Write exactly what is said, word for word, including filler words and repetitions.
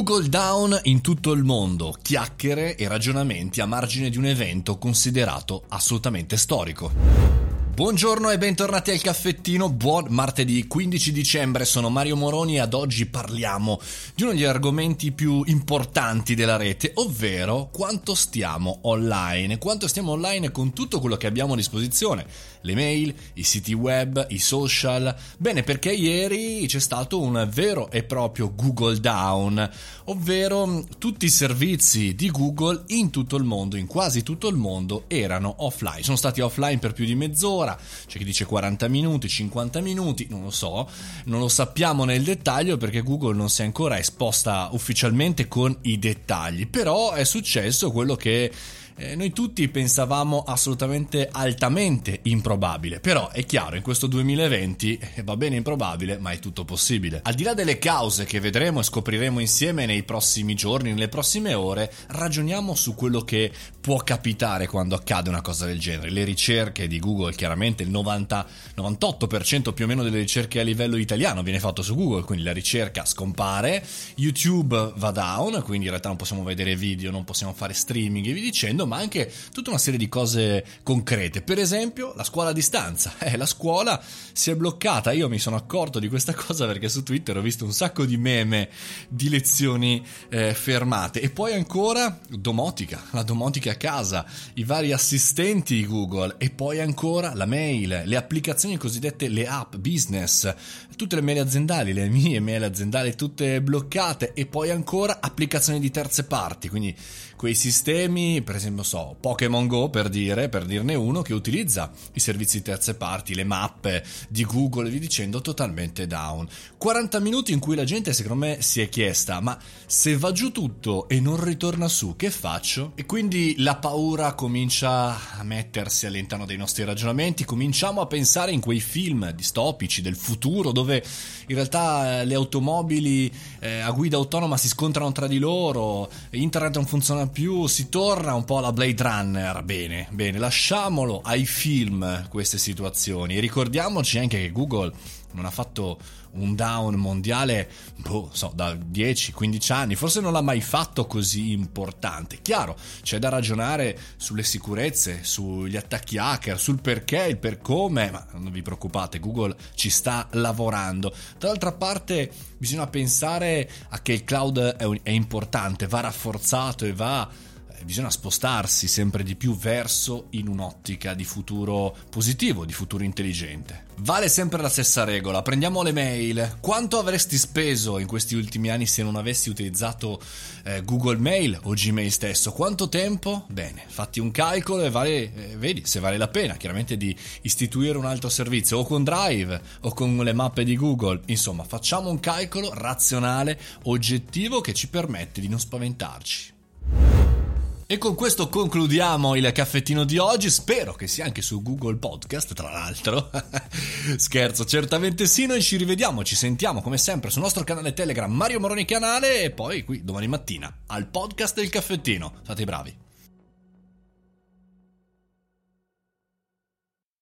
Google down in tutto il mondo, chiacchiere e ragionamenti a margine di un evento considerato assolutamente storico. Buongiorno e bentornati al caffettino, buon martedì quindici dicembre, sono Mario Moroni e ad oggi parliamo di uno degli argomenti più importanti della rete, ovvero quanto stiamo online, quanto stiamo online con tutto quello che abbiamo a disposizione, le mail, i siti web, i social. Bene, perché ieri c'è stato un vero e proprio Google down, ovvero tutti i servizi di Google in tutto il mondo, in quasi tutto il mondo, erano offline, sono stati offline per più di mezz'ora. C'è chi dice quaranta minuti, cinquanta minuti, non lo so, non lo sappiamo nel dettaglio perché Google non si è ancora esposta ufficialmente con i dettagli, però è successo quello che Eh, noi tutti pensavamo assolutamente altamente improbabile, però è chiaro, in questo duemilaventi eh, va bene improbabile, ma è tutto possibile. Al di là delle cause che vedremo e scopriremo insieme nei prossimi giorni, nelle prossime ore, ragioniamo su quello che può capitare quando accade una cosa del genere. Le ricerche di Google, chiaramente il novanta novantotto per cento più o meno delle ricerche a livello italiano viene fatto su Google, quindi la ricerca scompare, YouTube va down, quindi in realtà non possiamo vedere video, non possiamo fare streaming e via dicendo, ma anche tutta una serie di cose concrete. Per esempio la scuola a distanza, eh, la scuola si è bloccata. Io mi sono accorto di questa cosa perché su Twitter ho visto un sacco di meme di lezioni eh, fermate. E poi ancora domotica, la domotica a casa, i vari assistenti di Google, e poi ancora la mail, le applicazioni cosiddette, le app business, tutte le mail aziendali, le mie mail aziendali tutte bloccate, e poi ancora applicazioni di terze parti, quindi quei sistemi, per esempio so, Pokémon Go per dire, per dirne uno, che utilizza i servizi di terze parti, le mappe di Google e via dicendo, totalmente down. quaranta minuti in cui la gente secondo me si è chiesta: ma se va giù tutto e non ritorna su, che faccio? E quindi la paura comincia a mettersi all'interno dei nostri ragionamenti, cominciamo a pensare in quei film distopici del futuro dove in realtà le automobili eh, a guida autonoma si scontrano tra di loro, internet non funziona più, si torna un po' alla Blade Runner. Bene, bene, lasciamolo ai film queste situazioni, e ricordiamoci anche che Google non ha fatto un down mondiale, boh, so, da dieci quindici anni, forse non l'ha mai fatto così importante. Chiaro, c'è da ragionare sulle sicurezze, sugli attacchi hacker, sul perché, il per come, ma non vi preoccupate, Google ci sta lavorando. Dall'altra parte bisogna pensare a che il cloud è, è importante, va rafforzato e va bisogna spostarsi sempre di più verso in un'ottica di futuro positivo, di futuro intelligente. Vale sempre la stessa regola, prendiamo le mail. Quanto avresti speso in questi ultimi anni se non avessi utilizzato eh, Google Mail o Gmail stesso? Quanto tempo? Bene, fatti un calcolo e vale, eh, vedi se vale la pena chiaramente di istituire un altro servizio, o con Drive o con le mappe di Google. Insomma, facciamo un calcolo razionale, oggettivo, che ci permette di non spaventarci. E con questo concludiamo il caffettino di oggi, spero che sia anche su Google Podcast, tra l'altro. Scherzo, certamente sì. Noi ci rivediamo, ci sentiamo come sempre sul nostro canale Telegram Mario Moroni Canale, e poi qui domani mattina al podcast del caffettino. Fate i bravi.